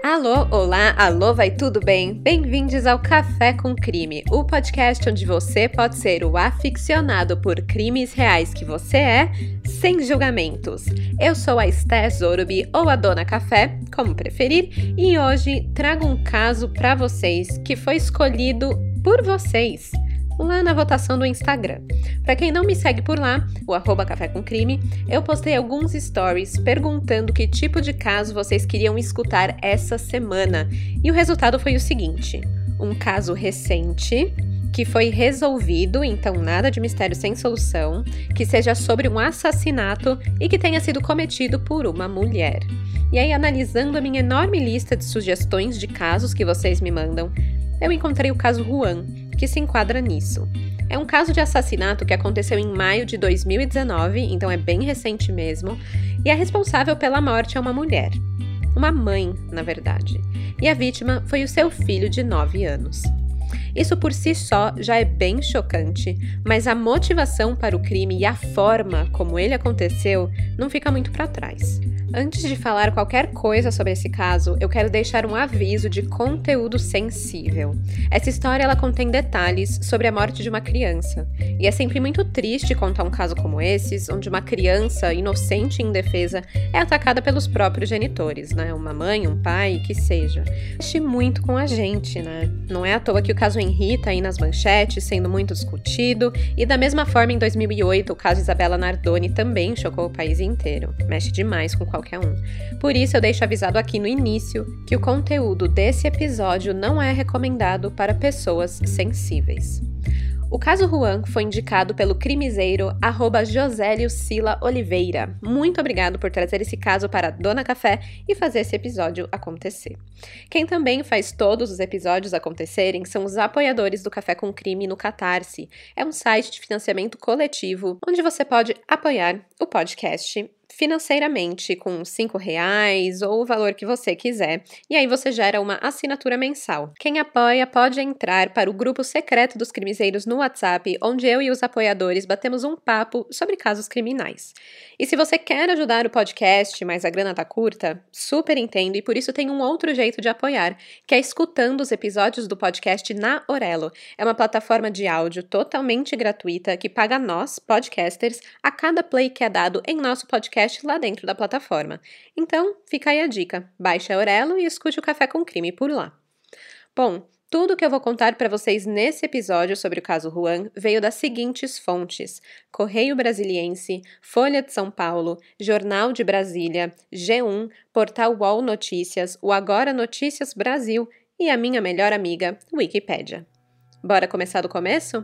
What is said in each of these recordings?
Alô, olá, alô, vai tudo bem? Bem-vindos ao Café com Crime, o podcast onde você pode ser o aficionado por crimes reais que você é, sem julgamentos. Eu sou a Esté Zorubi, ou a Dona Café, como preferir, e hoje trago um caso para vocês que foi escolhido por vocês lá na votação do Instagram. Para quem não me segue por lá, o @café com crime, eu postei alguns stories perguntando que tipo de caso vocês queriam escutar essa semana. E o resultado foi o seguinte: um caso recente, que foi resolvido, então nada de mistério sem solução, que seja sobre um assassinato e que tenha sido cometido por uma mulher. E aí, analisando a minha enorme lista de sugestões de casos que vocês me mandam, eu encontrei o caso Juan, que se enquadra nisso. É um caso de assassinato que aconteceu em maio de 2019, então é bem recente mesmo, e a responsável pela morte é uma mulher. Uma mãe, na verdade. E a vítima foi o seu filho de 9 anos. Isso por si só já é bem chocante, mas a motivação para o crime e a forma como ele aconteceu não fica muito para trás. Antes de falar qualquer coisa sobre esse caso, eu quero deixar um aviso de conteúdo sensível. Essa história ela contém detalhes sobre a morte de uma criança. E é sempre muito triste contar um caso como esses, onde uma criança inocente e indefesa é atacada pelos próprios genitores, né? Uma mãe, um pai, que seja. Mexe muito com a gente, né? Não é à toa que o caso Henri tá aí nas manchetes, sendo muito discutido. E da mesma forma, em 2008, o caso Isabella Nardoni também chocou o país inteiro. Mexe demais com qualquer um. Por isso, eu deixo avisado aqui no início que o conteúdo desse episódio não é recomendado para pessoas sensíveis. O caso Juan foi indicado pelo crimiseiro @Josélio Sila Oliveira. Muito obrigado por trazer esse caso para a Dona Café e fazer esse episódio acontecer. Quem também faz todos os episódios acontecerem são os apoiadores do Café com Crime no Catarse. É um site de financiamento coletivo onde você pode apoiar o podcast financeiramente com R$5 ou o valor que você quiser, e aí você gera uma assinatura mensal. Quem apoia pode entrar para o grupo secreto dos crimiseiros no WhatsApp, onde eu e os apoiadores batemos um papo sobre casos criminais. E se você quer ajudar o podcast, mas a grana tá curta, super entendo, e por isso tem um outro jeito de apoiar, que é escutando os episódios do podcast na Orelo. É uma plataforma de áudio totalmente gratuita que paga nós, podcasters, a cada play que é dado em nosso podcast lá dentro da plataforma. Então, fica aí a dica. Baixe a Orelo e escute o Café com Crime por lá. Bom, tudo que eu vou contar para vocês nesse episódio sobre o caso Juan veio das seguintes fontes: Correio Brasiliense, Folha de São Paulo, Jornal de Brasília, G1, Portal UOL Notícias, o Agora Notícias Brasil e a minha melhor amiga, Wikipédia. Bora começar do começo?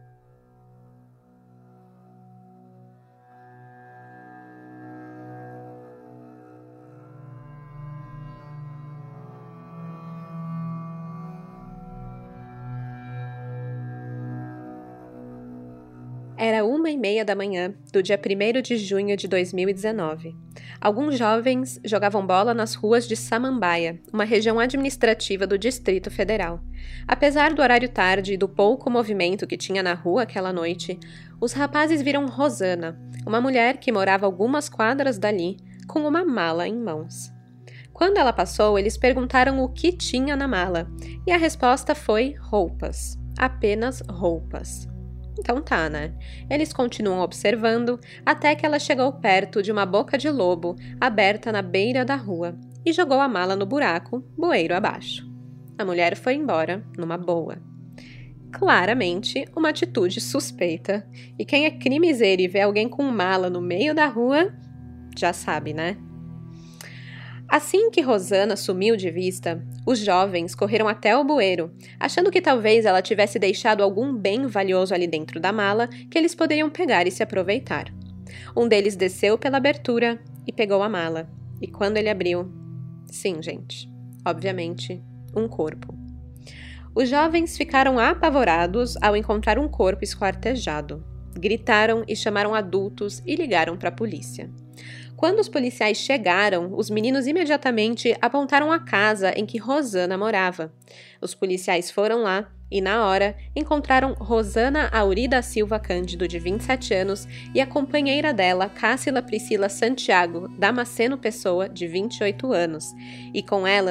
Era 1h30 da manhã do dia 1º de junho de 2019. Alguns jovens jogavam bola nas ruas de Samambaia, uma região administrativa do Distrito Federal. Apesar do horário tarde e do pouco movimento que tinha na rua aquela noite, os rapazes viram Rosana, uma mulher que morava algumas quadras dali, com uma mala em mãos. Quando ela passou, eles perguntaram o que tinha na mala, e a resposta foi roupas. Apenas roupas. Então tá, né? Eles continuam observando até que ela chegou perto de uma boca de lobo aberta na beira da rua e jogou a mala no buraco, bueiro abaixo. A mulher foi embora numa boa. Claramente, uma atitude suspeita. E quem é crimiseiro e vê alguém com mala no meio da rua, já sabe, né? Assim que Rosana sumiu de vista, os jovens correram até o bueiro, achando que talvez ela tivesse deixado algum bem valioso ali dentro da mala que eles poderiam pegar e se aproveitar. Um deles desceu pela abertura e pegou a mala. E quando ele abriu, sim, gente, obviamente, um corpo. Os jovens ficaram apavorados ao encontrar um corpo esquartejado. Gritaram e chamaram adultos e ligaram para a polícia. Quando os policiais chegaram, os meninos imediatamente apontaram a casa em que Rosana morava. Os policiais foram lá e, na hora, encontraram Rosana Auri da Silva Cândido, de 27 anos, e a companheira dela, Cássila Priscila Santiago Damasceno Pessoa, de 28 anos. E com elas,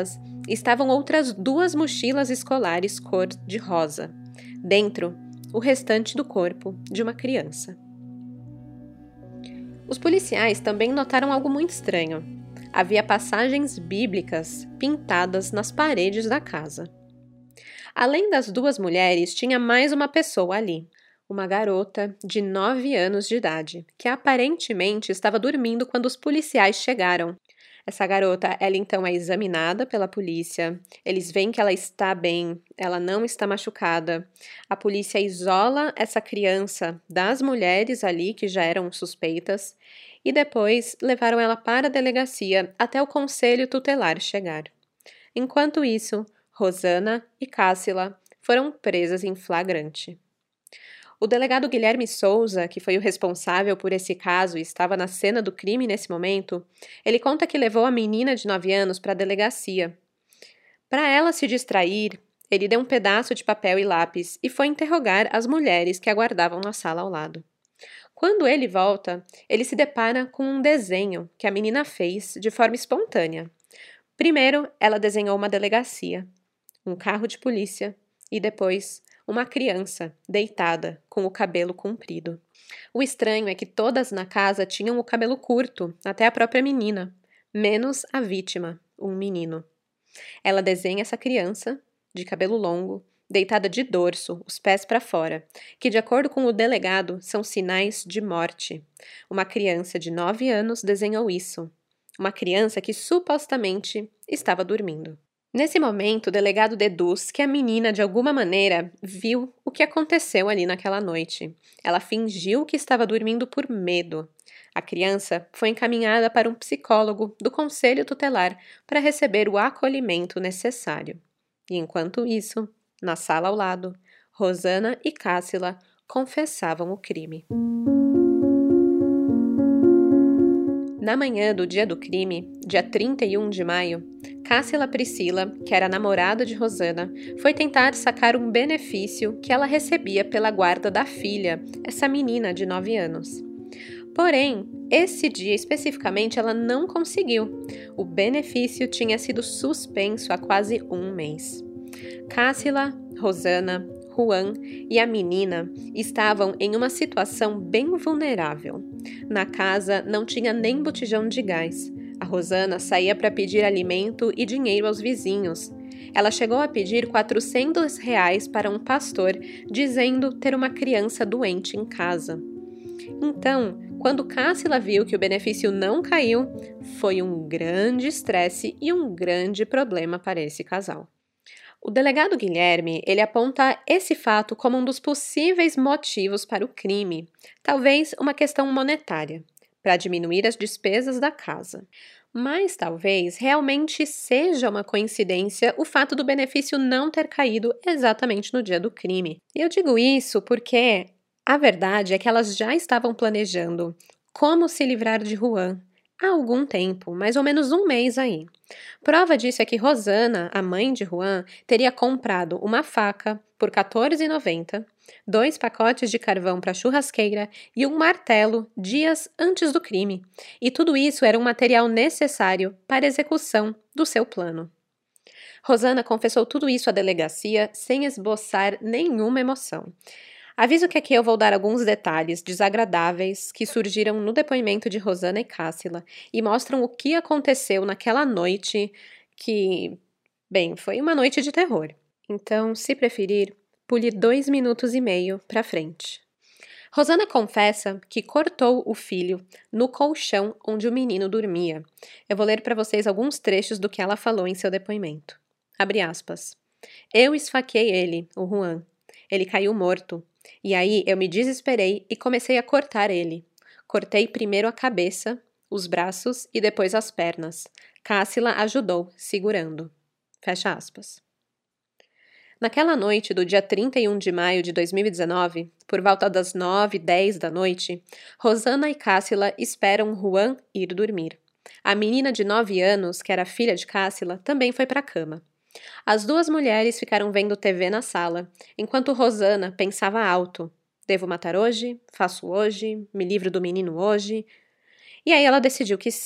estavam outras 2 mochilas escolares cor de rosa. Dentro, o restante do corpo de uma criança. Os policiais também notaram algo muito estranho. Havia passagens bíblicas pintadas nas paredes da casa. Além das 2 mulheres, tinha mais uma pessoa ali. Uma garota de 9 anos de idade, que aparentemente estava dormindo quando os policiais chegaram. Essa garota, ela então é examinada pela polícia, eles veem que ela está bem, ela não está machucada. A polícia isola essa criança das mulheres ali que já eram suspeitas e depois levaram ela para a delegacia até o conselho tutelar chegar. Enquanto isso, Rosana e Cássila foram presas em flagrante. O delegado Guilherme Souza, que foi o responsável por esse caso e estava na cena do crime nesse momento, ele conta que levou a menina de 9 anos para a delegacia. Para ela se distrair, ele deu um pedaço de papel e lápis e foi interrogar as mulheres que aguardavam na sala ao lado. Quando ele volta, ele se depara com um desenho que a menina fez de forma espontânea. Primeiro, ela desenhou uma delegacia, um carro de polícia e depois uma criança deitada com o cabelo comprido. O estranho é que todas na casa tinham o cabelo curto, até a própria menina, menos a vítima, um menino. Ela desenha essa criança, de cabelo longo, deitada de dorso, os pés para fora, que, de acordo com o delegado, são sinais de morte. Uma criança de 9 anos desenhou isso. Uma criança que supostamente estava dormindo. Nesse momento, o delegado deduz que a menina, de alguma maneira, viu o que aconteceu ali naquela noite. Ela fingiu que estava dormindo por medo. A criança foi encaminhada para um psicólogo do Conselho Tutelar para receber o acolhimento necessário. E enquanto isso, na sala ao lado, Rosana e Cássila confessavam o crime. Na manhã do dia do crime, dia 31 de maio, Cássila Priscila, que era namorada de Rosana, foi tentar sacar um benefício que ela recebia pela guarda da filha, essa menina de 9 anos. Porém, esse dia especificamente ela não conseguiu. O benefício tinha sido suspenso há quase um mês. Cássila, Rosana, Juan e a menina estavam em uma situação bem vulnerável. Na casa não tinha nem botijão de gás. A Rosana saía para pedir alimento e dinheiro aos vizinhos. Ela chegou a pedir R$ 400 para um pastor, dizendo ter uma criança doente em casa. Então, quando Cássila viu que o benefício não caiu, foi um grande estresse e um grande problema para esse casal. O delegado Guilherme, ele aponta esse fato como um dos possíveis motivos para o crime, talvez uma questão monetária, para diminuir as despesas da casa. Mas talvez realmente seja uma coincidência o fato do benefício não ter caído exatamente no dia do crime. E eu digo isso porque a verdade é que elas já estavam planejando como se livrar de Juan há algum tempo, mais ou menos um mês aí. Prova disso é que Rosana, a mãe de Juan, teria comprado uma faca por R$ 14,90, 2 pacotes de carvão para churrasqueira e um martelo dias antes do crime. E tudo isso era um material necessário para a execução do seu plano. Rosana confessou tudo isso à delegacia sem esboçar nenhuma emoção. Aviso que aqui eu vou dar alguns detalhes desagradáveis que surgiram no depoimento de Rosana e Cássila e mostram o que aconteceu naquela noite que, bem, foi uma noite de terror. Então, se preferir, pule 2,5 minutos para frente. Rosana confessa que cortou o filho no colchão onde o menino dormia. Eu vou ler para vocês alguns trechos do que ela falou em seu depoimento. Abre aspas. Eu esfaqueei ele, o Juan. Ele caiu morto. E aí eu me desesperei e comecei a cortar ele. Cortei primeiro a cabeça, os braços e depois as pernas. Cássila ajudou, segurando. Fecha aspas. Naquela noite do dia 31 de maio de 2019, por volta das 9h10 da noite, Rosana e Cássila esperam Juan ir dormir. A menina de 9 anos, que era filha de Cássila, também foi para a cama. As 2 mulheres ficaram vendo TV na sala, enquanto Rosana pensava alto. Devo matar hoje? Faço hoje? Me livro do menino hoje? E aí ela decidiu que sim.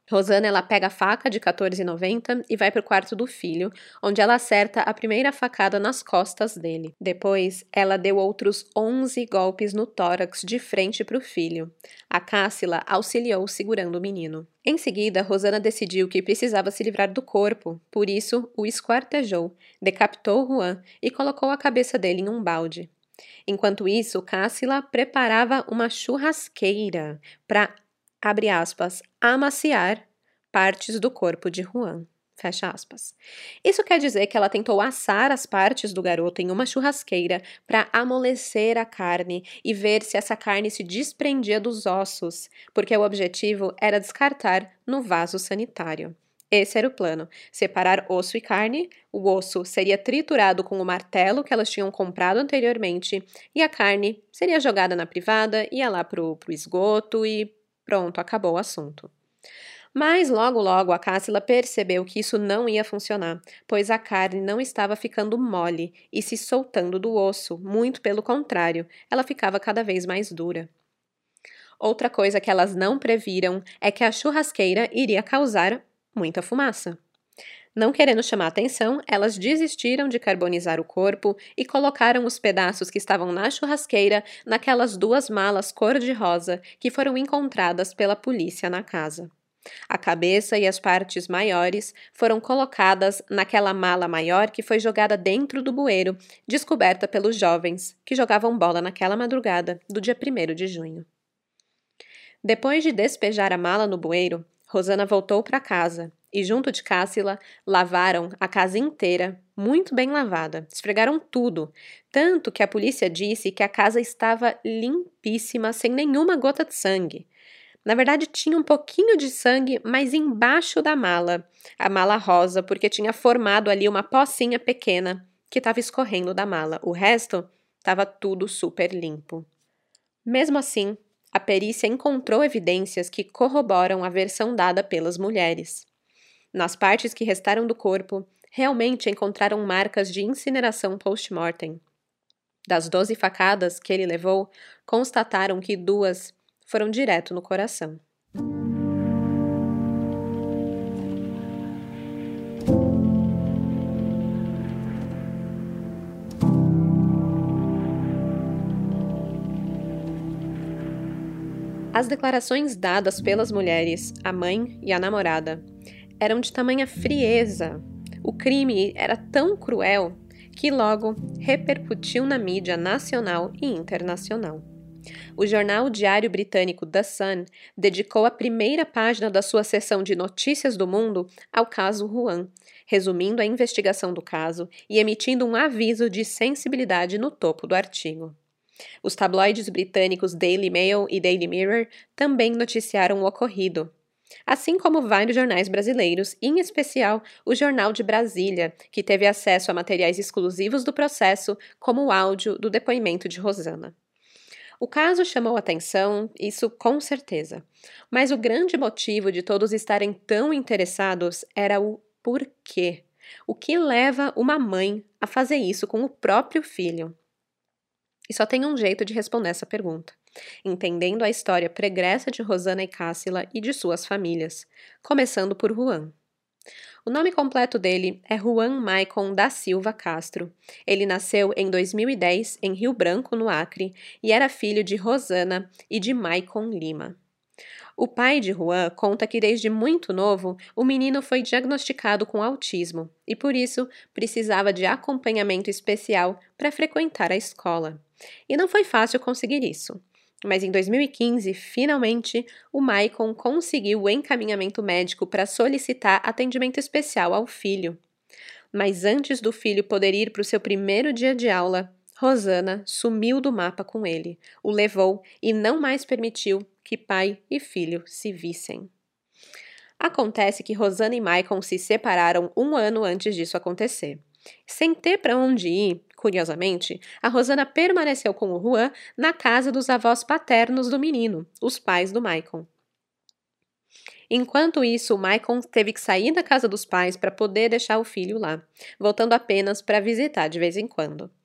Rosana, ela pega a faca de R$14,90 e vai para o quarto do filho, onde ela acerta a primeira facada nas costas dele. Depois, ela deu outros 11 golpes no tórax de frente para o filho. A Cássila auxiliou segurando o menino. Em seguida, Rosana decidiu que precisava se livrar do corpo, por isso o esquartejou, decapitou Juan e colocou a cabeça dele em um balde. Enquanto isso, Cássila preparava uma churrasqueira para, abre aspas, amaciar partes do corpo de Juan, fecha aspas. Isso quer dizer que ela tentou assar as partes do garoto em uma churrasqueira para amolecer a carne e ver se essa carne se desprendia dos ossos, porque o objetivo era descartar no vaso sanitário. Esse era o plano, separar osso e carne, o osso seria triturado com o martelo que elas tinham comprado anteriormente e a carne seria jogada na privada, ia lá pro esgoto e pronto, acabou o assunto. Mas logo a Cássila percebeu que isso não ia funcionar, pois a carne não estava ficando mole e se soltando do osso, muito pelo contrário, ela ficava cada vez mais dura. Outra coisa que elas não previram é que a churrasqueira iria causar muita fumaça. Não querendo chamar atenção, elas desistiram de carbonizar o corpo e colocaram os pedaços que estavam na churrasqueira naquelas 2 malas cor-de-rosa que foram encontradas pela polícia na casa. A cabeça e as partes maiores foram colocadas naquela mala maior que foi jogada dentro do bueiro, descoberta pelos jovens que jogavam bola naquela madrugada do dia 1º de junho. Depois de despejar a mala no bueiro, Rosana voltou para casa e, junto de Cássila, lavaram a casa inteira, muito bem lavada. Esfregaram tudo, tanto que a polícia disse que a casa estava limpíssima, sem nenhuma gota de sangue. Na verdade, tinha um pouquinho de sangue, mas embaixo da mala, a mala rosa, porque tinha formado ali uma pocinha pequena que estava escorrendo da mala. O resto estava tudo super limpo. Mesmo assim, a perícia encontrou evidências que corroboram a versão dada pelas mulheres. Nas partes que restaram do corpo, realmente encontraram marcas de incineração post-mortem. Das 12 facadas que ele levou, constataram que 2 foram direto no coração. As declarações dadas pelas mulheres, a mãe e a namorada, eram de tamanha frieza. O crime era tão cruel que logo repercutiu na mídia nacional e internacional. O jornal diário britânico The Sun dedicou a primeira página da sua seção de Notícias do Mundo ao caso Juan, resumindo a investigação do caso e emitindo um aviso de sensibilidade no topo do artigo. Os tabloides britânicos Daily Mail e Daily Mirror também noticiaram o ocorrido, assim como vários jornais brasileiros, em especial o Jornal de Brasília, que teve acesso a materiais exclusivos do processo, como o áudio do depoimento de Rosana. O caso chamou atenção, isso com certeza, mas o grande motivo de todos estarem tão interessados era o porquê. O que leva uma mãe a fazer isso com o próprio filho? E só tem um jeito de responder essa pergunta, entendendo a história pregressa de Rosana e Cássila e de suas famílias, começando por Juan. O nome completo dele é Juan Maicon da Silva Castro. Ele nasceu em 2010 em Rio Branco, no Acre, e era filho de Rosana e de Maicon Lima. O pai de Juan conta que desde muito novo o menino foi diagnosticado com autismo e por isso precisava de acompanhamento especial para frequentar a escola. E não foi fácil conseguir isso. Mas em 2015, finalmente, o Maicon conseguiu o encaminhamento médico para solicitar atendimento especial ao filho. Mas antes do filho poder ir para o seu primeiro dia de aula, Rosana sumiu do mapa com ele, o levou e não mais permitiu que pai e filho se vissem. Acontece que Rosana e Maicon se separaram 1 ano antes disso acontecer. Sem ter para onde ir, curiosamente, a Rosana permaneceu com o Juan na casa dos avós paternos do menino, os pais do Maicon. Enquanto isso, o Maicon teve que sair da casa dos pais para poder deixar o filho lá, voltando apenas para visitar de vez em quando.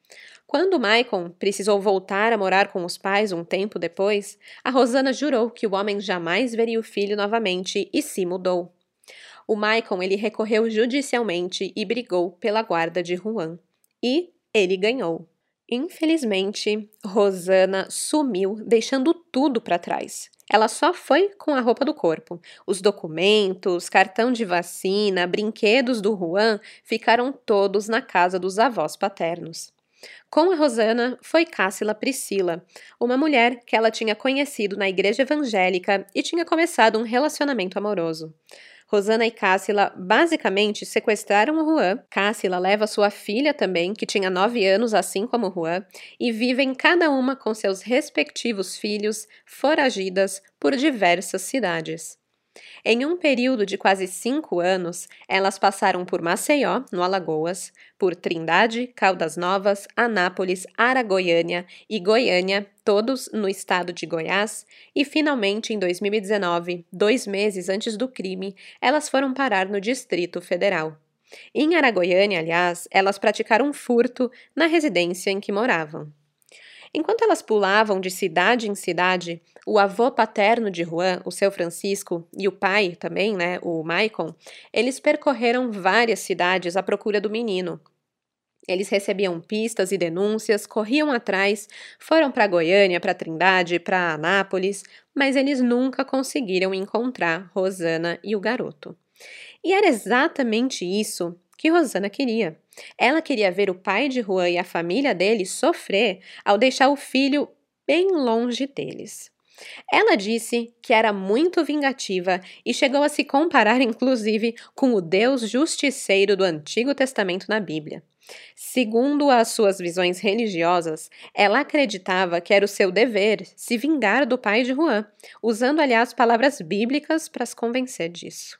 Quando Maicon precisou voltar a morar com os pais um tempo depois, a Rosana jurou que o homem jamais veria o filho novamente e se mudou. O Maicon ele recorreu judicialmente e brigou pela guarda de Juan. E ele ganhou. Infelizmente, Rosana sumiu, deixando tudo para trás. Ela só foi com a roupa do corpo. Os documentos, cartão de vacina, brinquedos do Juan ficaram todos na casa dos avós paternos. Com a Rosana foi Cássila Priscila, uma mulher que ela tinha conhecido na igreja evangélica e tinha começado um relacionamento amoroso. Rosana e Cássila basicamente sequestraram o Juan. Cássila leva sua filha também, que tinha 9 anos, assim como o Juan, e vivem cada uma com seus respectivos filhos, foragidas por diversas cidades. Em um período de quase 5 anos, elas passaram por Maceió, no Alagoas, por Trindade, Caldas Novas, Anápolis, Aragoiânia e Goiânia, todos no estado de Goiás, e finalmente em 2019, 2 meses antes do crime, elas foram parar no Distrito Federal. Em Aragoiânia, aliás, elas praticaram um furto na residência em que moravam. Enquanto elas pulavam de cidade em cidade, o avô paterno de Juan, o seu Francisco, e o pai também, o Maicon, eles percorreram várias cidades à procura do menino. Eles recebiam pistas e denúncias, corriam atrás, foram para Goiânia, para Trindade, para Anápolis, mas eles nunca conseguiram encontrar Rosana e o garoto. E era exatamente isso que Rosana queria. Ela queria ver o pai de Juan e a família dele sofrer ao deixar o filho bem longe deles. Ela disse que era muito vingativa e chegou a se comparar, inclusive, com o Deus justiceiro do Antigo Testamento na Bíblia. Segundo as suas visões religiosas, ela acreditava que era o seu dever se vingar do pai de Juan, usando, aliás, palavras bíblicas para se convencer disso.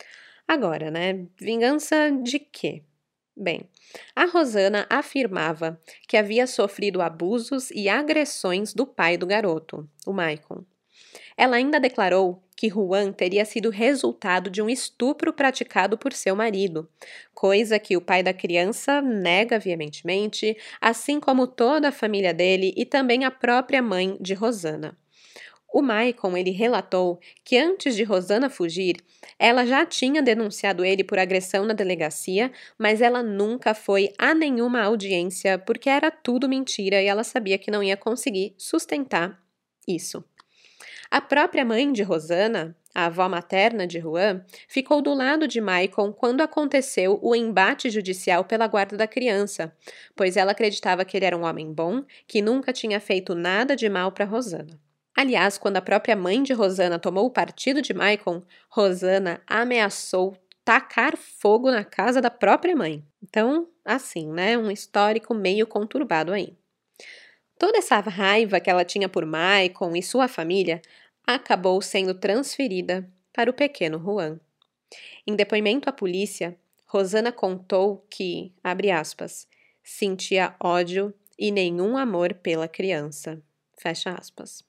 Agora, vingança de quê? Bem, a Rosana afirmava que havia sofrido abusos e agressões do pai do garoto, o Maicon. Ela ainda declarou que Juan teria sido resultado de um estupro praticado por seu marido, coisa que o pai da criança nega veementemente, assim como toda a família dele e também a própria mãe de Rosana. O Maicon, ele relatou que antes de Rosana fugir, ela já tinha denunciado ele por agressão na delegacia, mas ela nunca foi a nenhuma audiência porque era tudo mentira e ela sabia que não ia conseguir sustentar isso. A própria mãe de Rosana, a avó materna de Juan, ficou do lado de Maicon quando aconteceu o embate judicial pela guarda da criança, pois ela acreditava que ele era um homem bom, que nunca tinha feito nada de mal para Rosana. Aliás, quando a própria mãe de Rosana tomou o partido de Maicon, Rosana ameaçou tacar fogo na casa da própria mãe. Então, assim, um histórico meio conturbado aí. Toda essa raiva que ela tinha por Maicon e sua família acabou sendo transferida para o pequeno Juan. Em depoimento à polícia, Rosana contou que, abre aspas, sentia ódio e nenhum amor pela criança. Fecha aspas.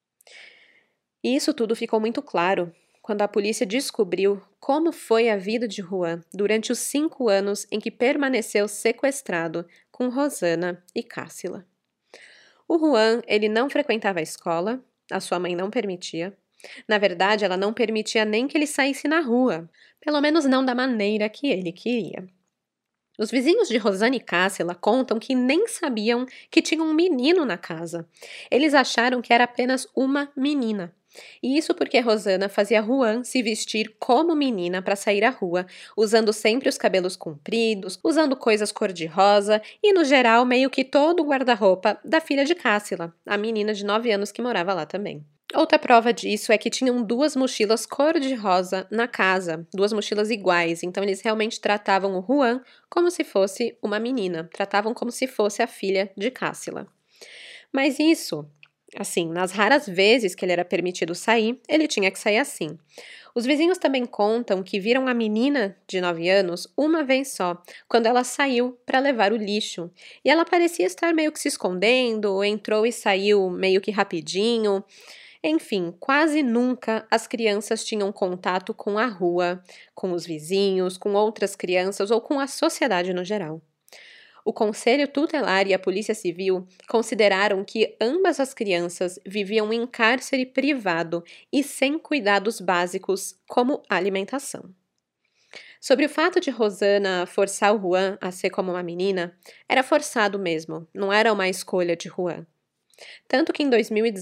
E isso tudo ficou muito claro quando a polícia descobriu como foi a vida de Juan durante os 5 anos em que permaneceu sequestrado com Rosana e Cássila. O Juan, ele não frequentava a escola, a sua mãe não permitia. Na verdade, ela não permitia nem que ele saísse na rua, pelo menos não da maneira que ele queria. Os vizinhos de Rosana e Cássila contam que nem sabiam que tinha um menino na casa. Eles acharam que era apenas uma menina. E isso porque Rosana fazia Juan se vestir como menina para sair à rua, usando sempre os cabelos compridos, usando coisas cor-de-rosa e, no geral, meio que todo o guarda-roupa da filha de Cássila, a menina de 9 anos que morava lá também. Outra prova disso é que tinham 2 mochilas cor-de-rosa na casa, 2 mochilas iguais, então eles realmente tratavam o Juan como se fosse uma menina, tratavam como se fosse a filha de Cássila. Mas isso, assim, nas raras vezes que ele era permitido sair, ele tinha que sair assim. Os vizinhos também contam que viram a menina de 9 anos uma vez só, quando ela saiu para levar o lixo, e ela parecia estar meio que se escondendo, entrou e saiu meio que rapidinho. Enfim, quase nunca as crianças tinham contato com a rua, com os vizinhos, com outras crianças ou com a sociedade no geral. O Conselho Tutelar e a Polícia Civil consideraram que ambas as crianças viviam em cárcere privado e sem cuidados básicos, como alimentação. Sobre o fato de Rosana forçar o Juan a ser como uma menina, era forçado mesmo, não era uma escolha de Juan. Tanto que em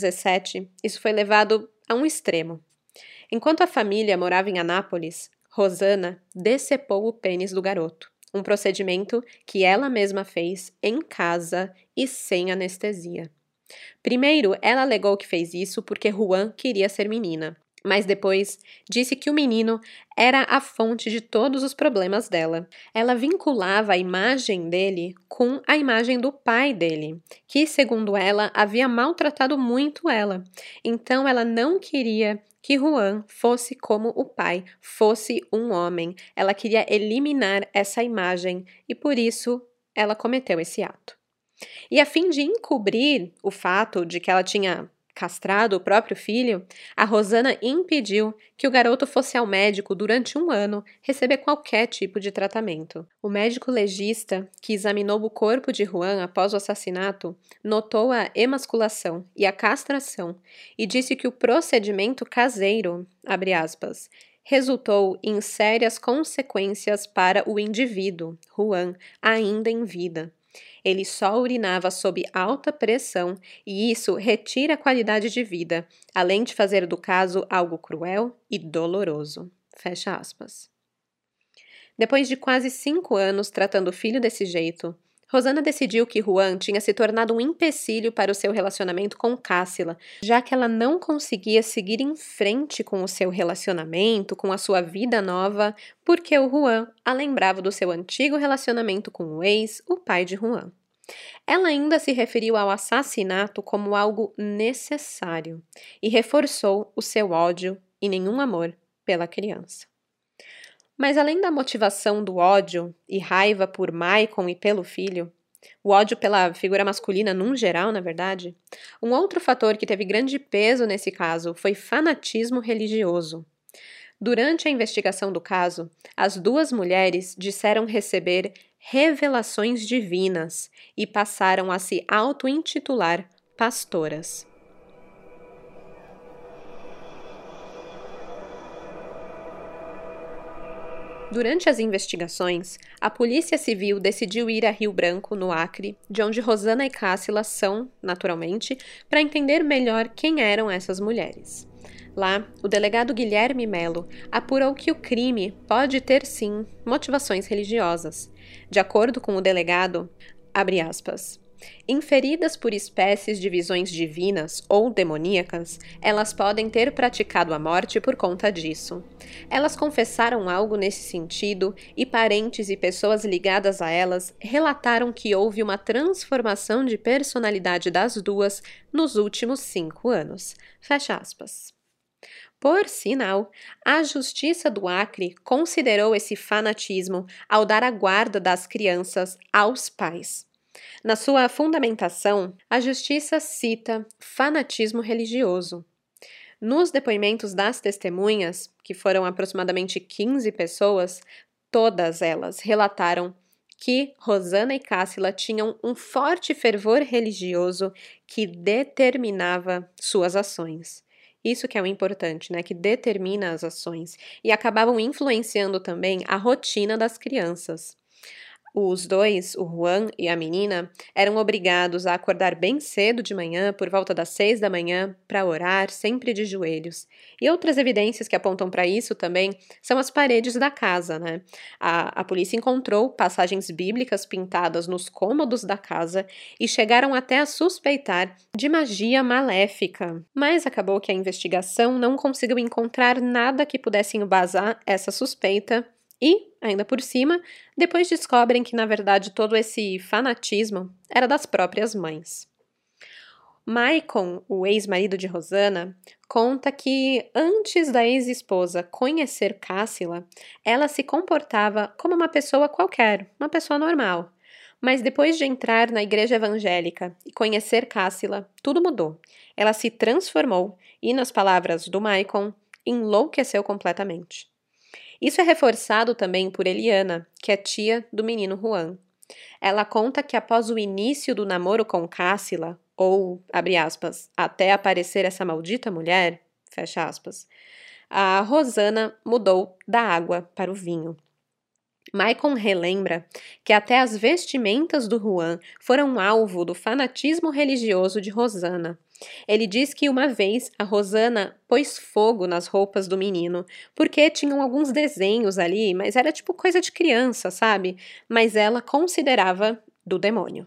2017, isso foi levado a um extremo. Enquanto a família morava em Anápolis, Rosana decepou o pênis do garoto, um procedimento que ela mesma fez em casa e sem anestesia. Primeiro, ela alegou que fez isso porque Juan queria ser menina, mas depois disse que o menino era a fonte de todos os problemas dela. Ela vinculava a imagem dele com a imagem do pai dele, que, segundo ela, havia maltratado muito ela. Então, ela não queria que Juan fosse como o pai, fosse um homem. Ela queria eliminar essa imagem e, por isso, ela cometeu esse ato. E a fim de encobrir o fato de que ela tinha castrado o próprio filho, a Rosana impediu que o garoto fosse ao médico durante 1 ano receber qualquer tipo de tratamento. O médico legista, que examinou o corpo de Juan após o assassinato, notou a emasculação e a castração e disse que o procedimento caseiro, abre aspas, resultou em sérias consequências para o indivíduo, Juan, ainda em vida. Ele só urinava sob alta pressão e isso retira a qualidade de vida, além de fazer do caso algo cruel e doloroso. Fecha aspas. Depois de quase 5 anos tratando o filho desse jeito, Rosana decidiu que Juan tinha se tornado um empecilho para o seu relacionamento com Cássila, já que ela não conseguia seguir em frente com o seu relacionamento, com a sua vida nova, porque o Juan a lembrava do seu antigo relacionamento com o ex, o pai de Juan. Ela ainda se referiu ao assassinato como algo necessário e reforçou o seu ódio e nenhum amor pela criança. Mas além da motivação do ódio e raiva por Maicon e pelo filho, o ódio pela figura masculina num geral, na verdade, um outro fator que teve grande peso nesse caso foi fanatismo religioso. Durante a investigação do caso, as 2 mulheres disseram receber revelações divinas e passaram a se auto-intitular pastoras. Durante as investigações, a Polícia Civil decidiu ir a Rio Branco, no Acre, de onde Rosana e Cássila são, naturalmente, para entender melhor quem eram essas mulheres. Lá, o delegado Guilherme Melo apurou que o crime pode ter, sim, motivações religiosas. De acordo com o delegado, abre aspas, inferidas por espécies de visões divinas ou demoníacas, elas podem ter praticado a morte por conta disso. Elas confessaram algo nesse sentido e parentes e pessoas ligadas a elas relataram que houve uma transformação de personalidade das 2 nos últimos 5 anos. Fecha aspas. Por sinal, a Justiça do Acre considerou esse fanatismo ao dar a guarda das crianças aos pais. Na sua fundamentação, a Justiça cita fanatismo religioso. Nos depoimentos das testemunhas, que foram aproximadamente 15 pessoas, todas elas relataram que Rosana e Cássila tinham um forte fervor religioso que determinava suas ações. Isso que é o importante, né? Que determina as ações. E acabavam influenciando também a rotina das crianças. Os 2, o Juan e a menina, eram obrigados a acordar bem cedo de manhã, por volta das 6 da manhã, para orar, sempre de joelhos. E outras evidências que apontam para isso também são as paredes da casa, né? A polícia encontrou passagens bíblicas pintadas nos cômodos da casa e chegaram até a suspeitar de magia maléfica. Mas acabou que a investigação não conseguiu encontrar nada que pudesse embasar essa suspeita. E, ainda por cima, depois descobrem que, na verdade, todo esse fanatismo era das próprias mães. Maicon, o ex-marido de Rosana, conta que, antes da ex-esposa conhecer Cássila, ela se comportava como uma pessoa qualquer, uma pessoa normal. Mas depois de entrar na igreja evangélica e conhecer Cássila, tudo mudou. Ela se transformou e, nas palavras do Maicon, enlouqueceu completamente. Isso é reforçado também por Eliana, que é tia do menino Juan. Ela conta que após o início do namoro com Cássila, ou, abre aspas, até aparecer essa maldita mulher, fecha aspas, a Rosana mudou da água para o vinho. Maicon relembra que até as vestimentas do Juan foram alvo do fanatismo religioso de Rosana. Ele diz que uma vez a Rosana pôs fogo nas roupas do menino, porque tinham alguns desenhos ali, mas era tipo coisa de criança, sabe? Mas ela considerava do demônio.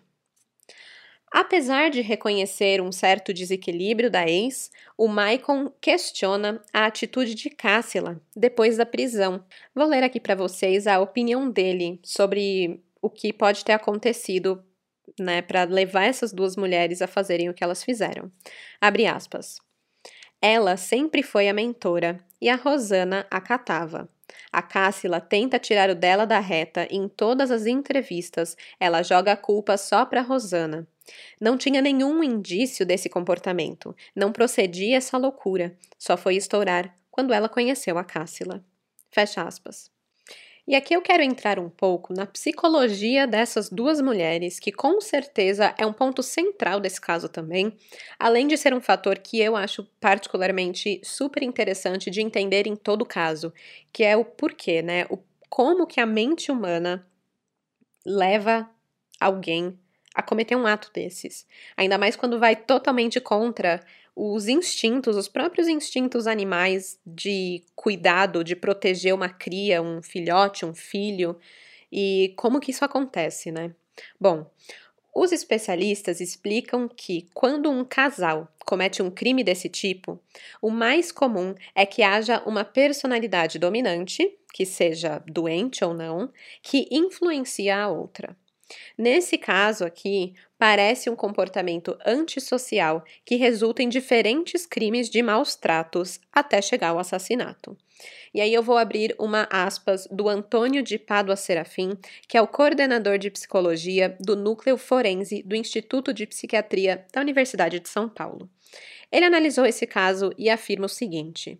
Apesar de reconhecer um certo desequilíbrio da ex, o Maicon questiona a atitude de Cássila depois da prisão. Vou ler aqui para vocês a opinião dele sobre o que pode ter acontecido, né, para levar essas duas mulheres a fazerem o que elas fizeram. Abre aspas. Ela sempre foi a mentora e a Rosana acatava. A Cássila tenta tirar o dela da reta em todas as entrevistas. Ela joga a culpa só para Rosana. Não tinha nenhum indício desse comportamento. Não procedia essa loucura. Só foi estourar quando ela conheceu a Cássila. Fecha aspas. E aqui eu quero entrar um pouco na psicologia dessas duas mulheres, que com certeza é um ponto central desse caso também, além de ser um fator que eu acho particularmente super interessante de entender em todo caso, que é o porquê, né? Como que a mente humana leva alguém a cometer um ato desses. Ainda mais quando vai totalmente contra os instintos, os próprios instintos animais de cuidado, de proteger uma cria, um filhote, um filho. E como que isso acontece, né? Bom, os especialistas explicam que quando um casal comete um crime desse tipo, o mais comum é que haja uma personalidade dominante, que seja doente ou não, que influencia a outra. Nesse caso aqui, parece um comportamento antissocial que resulta em diferentes crimes de maus tratos até chegar ao assassinato. E aí eu vou abrir uma aspas do Antônio de Pádua Serafim, que é o coordenador de psicologia do Núcleo Forense do Instituto de Psiquiatria da Universidade de São Paulo. Ele analisou esse caso e afirma o seguinte,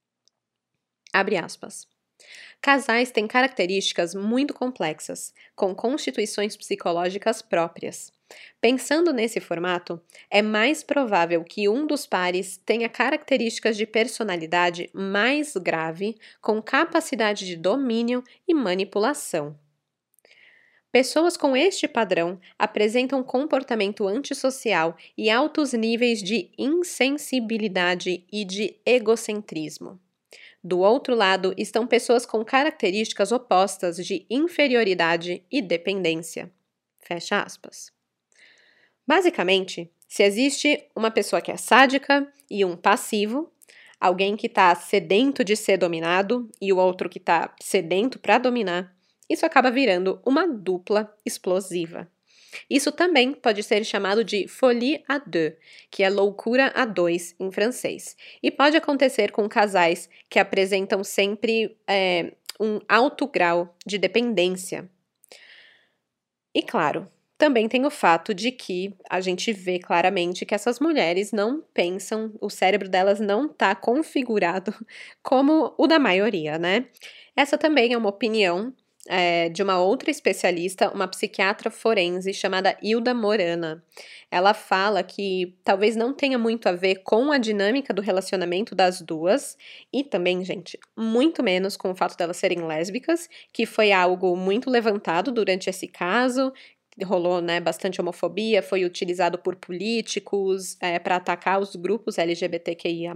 abre aspas. Casais têm características muito complexas, com constituições psicológicas próprias. Pensando nesse formato, é mais provável que um dos pares tenha características de personalidade mais grave, com capacidade de domínio e manipulação. Pessoas com este padrão apresentam comportamento antissocial e altos níveis de insensibilidade e de egocentrismo. Do outro lado estão pessoas com características opostas de inferioridade e dependência. Fecha aspas. Basicamente, se existe uma pessoa que é sádica e um passivo, alguém que está sedento de ser dominado e o outro que está sedento para dominar, isso acaba virando uma dupla explosiva. Isso também pode ser chamado de folie à deux, que é loucura a dois em francês, e pode acontecer com casais que apresentam sempre um alto grau de dependência. E claro, também tem o fato de que a gente vê claramente que essas mulheres não pensam, o cérebro delas não está configurado como o da maioria, né? Essa também é uma opinião de uma outra especialista, uma psiquiatra forense chamada Hilda Morana. Ela fala que talvez não tenha muito a ver com a dinâmica do relacionamento das duas e também, gente, muito menos com o fato delas serem lésbicas, que foi algo muito levantado durante esse caso. Rolou, né, bastante homofobia, foi utilizado por políticos para atacar os grupos LGBTQIA+,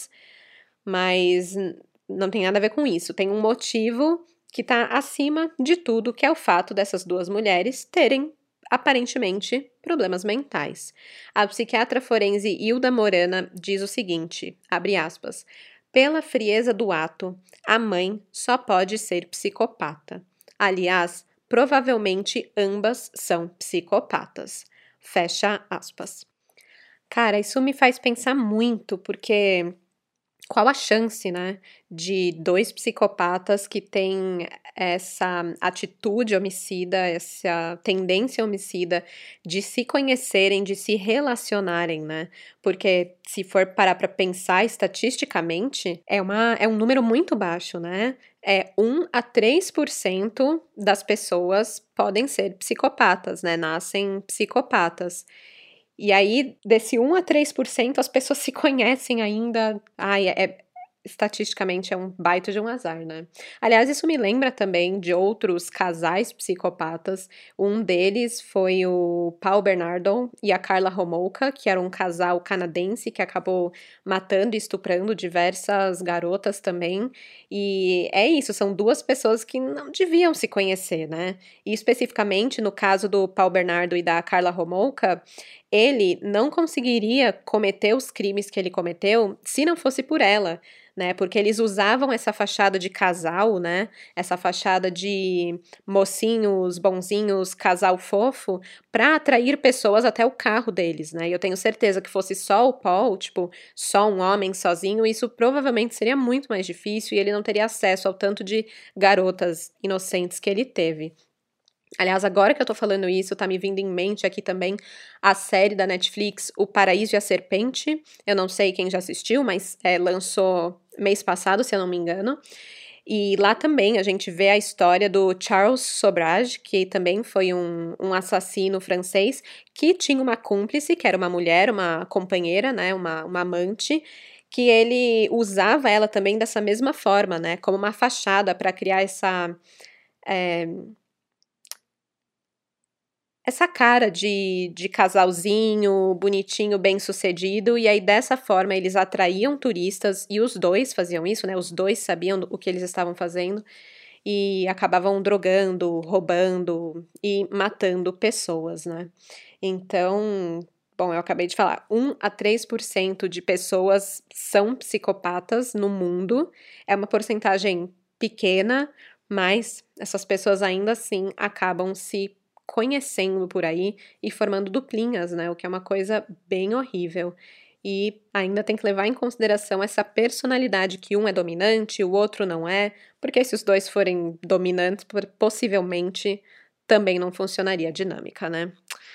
mas não tem nada a ver com isso. Tem um motivo que está acima de tudo, que é o fato dessas duas mulheres terem, aparentemente, problemas mentais. A psiquiatra forense Hilda Morana diz o seguinte, abre aspas, pela frieza do ato, a mãe só pode ser psicopata. Aliás, provavelmente ambas são psicopatas. Fecha aspas. Cara, isso me faz pensar muito, porque qual a chance, né, de dois psicopatas que têm essa atitude homicida, essa tendência homicida de se conhecerem, de se relacionarem, né? Porque se for parar para pensar estatisticamente, é um número muito baixo, né? 1 a 3% das pessoas podem ser psicopatas, né? Nascem psicopatas. E aí, desse 1 a 3%, as pessoas se conhecem ainda. Ai, estatisticamente é um baita de um azar, né? Aliás, isso me lembra também de outros casais psicopatas. Um deles foi o Paul Bernardo e a Karla Homolka, que era um casal canadense que acabou matando e estuprando diversas garotas também. E é isso, são duas pessoas que não deviam se conhecer, né? E especificamente no caso do Paul Bernardo e da Karla Homolka, ele não conseguiria cometer os crimes que ele cometeu se não fosse por ela, né? Porque eles usavam essa fachada de casal, né? Essa fachada de mocinhos, bonzinhos, casal fofo, para atrair pessoas até o carro deles, né? E eu tenho certeza que fosse só o Paul, tipo, só um homem sozinho, isso provavelmente seria muito mais difícil e ele não teria acesso ao tanto de garotas inocentes que ele teve. Aliás, agora que eu tô falando isso, tá me vindo em mente aqui também a série da Netflix, O Paraíso e a Serpente. Eu não sei quem já assistiu, mas lançou mês passado, se eu não me engano. E lá também a gente vê a história do Charles Sobrage, que também foi um assassino francês, que tinha uma cúmplice, que era uma mulher, uma companheira, né, uma amante, que ele usava ela também dessa mesma forma, né, como uma fachada para criar essa cara de casalzinho, bonitinho, bem-sucedido, e aí dessa forma eles atraíam turistas, e os dois faziam isso, né? Os dois sabiam o que eles estavam fazendo, e acabavam drogando, roubando e matando pessoas, né? Então, bom, eu acabei de falar, 1 a 3% de pessoas são psicopatas no mundo, é uma porcentagem pequena, mas essas pessoas ainda assim acabam se conhecendo por aí e formando duplinhas, né? O que é uma coisa bem horrível. E ainda tem que levar em consideração essa personalidade que um é dominante, o outro não é, porque se os dois forem dominantes, possivelmente também não funcionaria a dinâmica, né?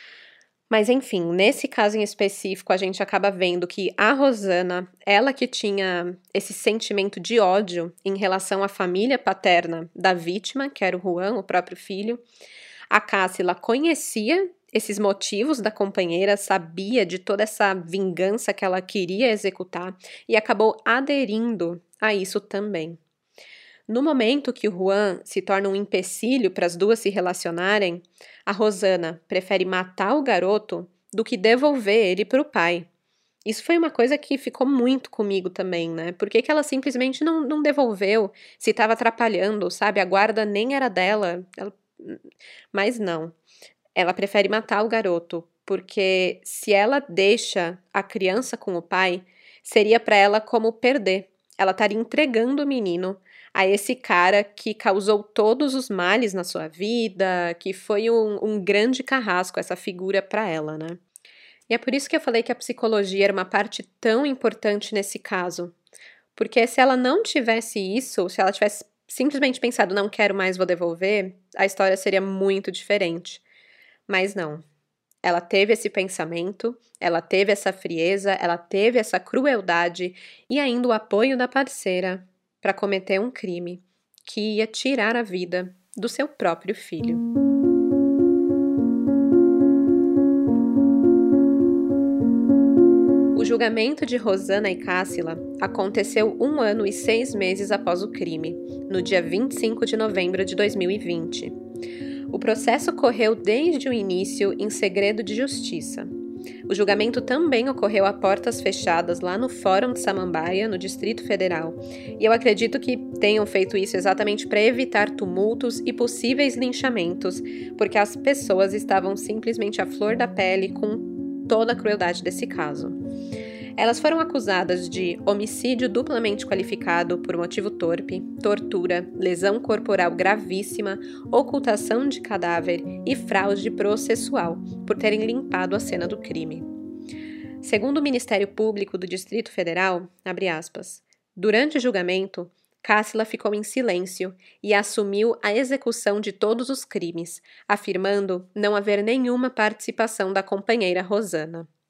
Mas enfim, nesse caso em específico, a gente acaba vendo que a Rosana, ela que tinha esse sentimento de ódio em relação à família paterna da vítima, que era o Juan, o próprio filho. A Cássila conhecia esses motivos da companheira, sabia de toda essa vingança que ela queria executar e acabou aderindo a isso também. No momento que o Juan se torna um empecilho para as duas se relacionarem, a Rosana prefere matar o garoto do que devolver ele para o pai. Isso foi uma coisa que ficou muito comigo também, né? Por que ela simplesmente não devolveu se estava atrapalhando, sabe? A guarda nem era dela. Mas não. Ela prefere matar o garoto, porque se ela deixa a criança com o pai, seria para ela como perder. Ela estaria entregando o menino a esse cara que causou todos os males na sua vida, que foi um grande carrasco, essa figura para ela, né? E é por isso que eu falei que a psicologia era uma parte tão importante nesse caso. Porque se ela não tivesse isso, se ela tivesse simplesmente pensado, não quero mais, vou devolver, a história seria muito diferente. Mas não. Ela teve esse pensamento, ela teve essa frieza, ela teve essa crueldade e ainda o apoio da parceira para cometer um crime que ia tirar a vida do seu próprio filho. O julgamento de Rosana e Cássila aconteceu 1 ano e 6 meses após o crime, no dia 25 de novembro de 2020. O processo ocorreu desde o início em segredo de justiça. O julgamento também ocorreu a portas fechadas lá no Fórum de Samambaia, no Distrito Federal, e eu acredito que tenham feito isso exatamente para evitar tumultos e possíveis linchamentos, porque as pessoas estavam simplesmente à flor da pele com toda a crueldade desse caso. Elas foram acusadas de homicídio duplamente qualificado por motivo torpe, tortura, lesão corporal gravíssima, ocultação de cadáver e fraude processual, por terem limpado a cena do crime. Segundo o Ministério Público do Distrito Federal, abre aspas, durante o julgamento, Cássila ficou em silêncio e assumiu a execução de todos os crimes, afirmando não haver nenhuma participação da companheira Rosana.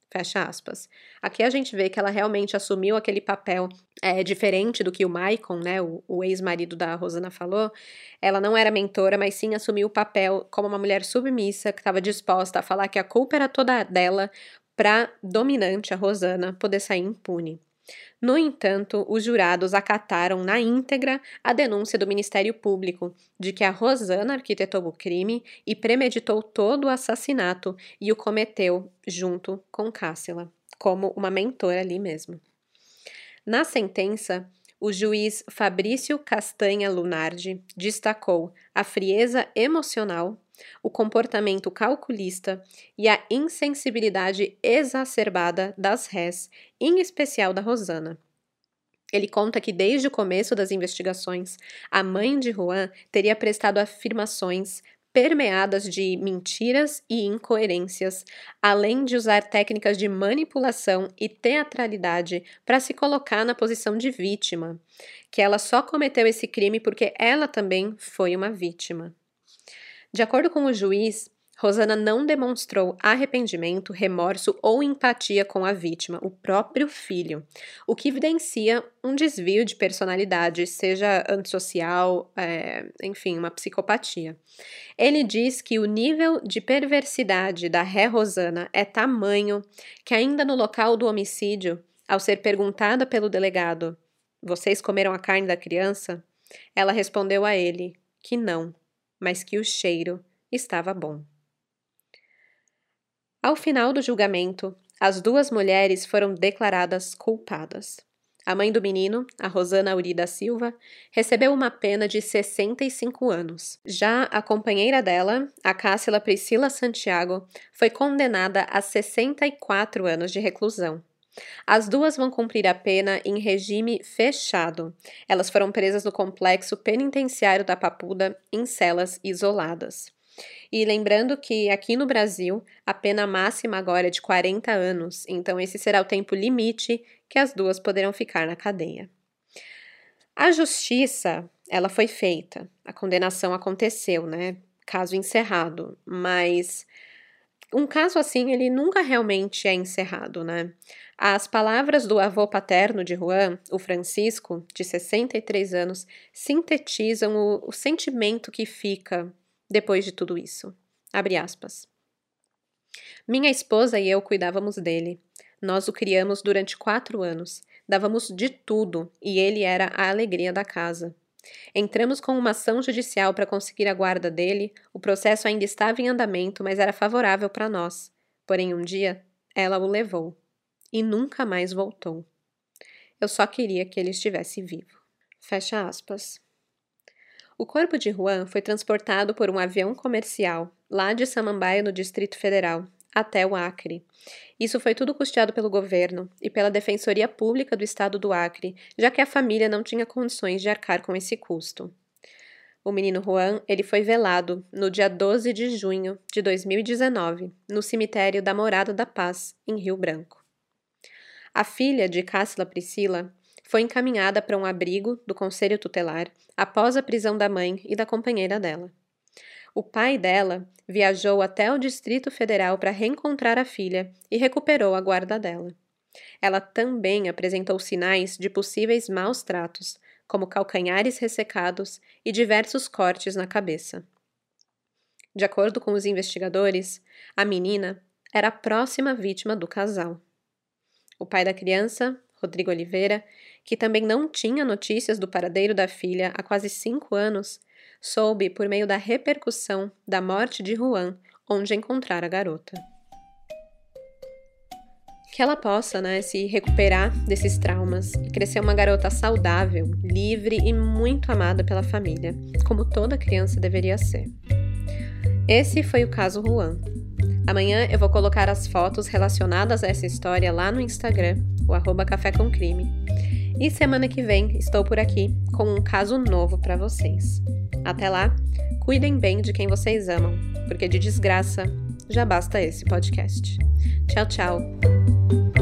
Fecha aspas. Aqui a gente vê que ela realmente assumiu aquele papel diferente do que o Maicon, né, o ex-marido da Rosana falou. Ela não era mentora, mas sim assumiu o papel como uma mulher submissa que estava disposta a falar que a culpa era toda dela para dominante, a Rosana, poder sair impune. No entanto, os jurados acataram na íntegra a denúncia do Ministério Público de que a Rosana arquitetou o crime e premeditou todo o assassinato e o cometeu junto com Cássila, como uma mentora ali mesmo. Na sentença, o juiz Fabrício Castanha Lunardi destacou a frieza emocional, o comportamento calculista e a insensibilidade exacerbada das rés, em especial da Rosana. Ele conta que desde o começo das investigações, a mãe de Juan teria prestado afirmações permeadas de mentiras e incoerências, além de usar técnicas de manipulação e teatralidade para se colocar na posição de vítima, que ela só cometeu esse crime porque ela também foi uma vítima. De acordo com o juiz, Rosana não demonstrou arrependimento, remorso ou empatia com a vítima, o próprio filho, o que evidencia um desvio de personalidade, seja antissocial, enfim, uma psicopatia. Ele diz que o nível de perversidade da ré Rosana é tamanho que ainda no local do homicídio, ao ser perguntada pelo delegado, "Vocês comeram a carne da criança?", ela respondeu a ele que não, mas que o cheiro estava bom. Ao final do julgamento, as duas mulheres foram declaradas culpadas. A mãe do menino, a Rosana Auri da Silva, recebeu uma pena de 65 anos. Já a companheira dela, a Cássila Priscila Santiago, foi condenada a 64 anos de reclusão. As duas vão cumprir a pena em regime fechado. Elas foram presas no complexo penitenciário da Papuda em celas isoladas. E lembrando que aqui no Brasil, a pena máxima agora é de 40 anos, então esse será o tempo limite que as duas poderão ficar na cadeia. A justiça, ela foi feita, a condenação aconteceu, né? Caso encerrado, mas um caso assim, ele nunca realmente é encerrado, né? As palavras do avô paterno de Juan, o Francisco, de 63 anos, sintetizam o sentimento que fica depois de tudo isso. Abre aspas. Minha esposa e eu cuidávamos dele. Nós o criamos durante 4 anos. Dávamos de tudo e ele era a alegria da casa. Entramos com uma ação judicial para conseguir a guarda dele. O processo ainda estava em andamento, mas era favorável para nós. Porém, um dia, ela o levou. E nunca mais voltou. Eu só queria que ele estivesse vivo. Fecha aspas. O corpo de Juan foi transportado por um avião comercial, lá de Samambaia, no Distrito Federal, até o Acre. Isso foi tudo custeado pelo governo e pela Defensoria Pública do Estado do Acre, já que a família não tinha condições de arcar com esse custo. O menino Juan, ele foi velado no dia 12 de junho de 2019, no cemitério da Morada da Paz, em Rio Branco. A filha de Cássila Priscila foi encaminhada para um abrigo do Conselho Tutelar após a prisão da mãe e da companheira dela. O pai dela viajou até o Distrito Federal para reencontrar a filha e recuperou a guarda dela. Ela também apresentou sinais de possíveis maus tratos, como calcanhares ressecados e diversos cortes na cabeça. De acordo com os investigadores, a menina era a próxima vítima do casal. O pai da criança, Rodrigo Oliveira, que também não tinha notícias do paradeiro da filha há quase 5 anos, soube por meio da repercussão da morte de Juan, onde encontrar a garota. Que ela possa, se recuperar desses traumas e crescer uma garota saudável, livre e muito amada pela família, como toda criança deveria ser. Esse foi o caso Juan. Amanhã eu vou colocar as fotos relacionadas a essa história lá no Instagram, o @cafécomcrime. E semana que vem estou por aqui com um caso novo para vocês. Até lá, cuidem bem de quem vocês amam, porque de desgraça já basta esse podcast. Tchau, tchau!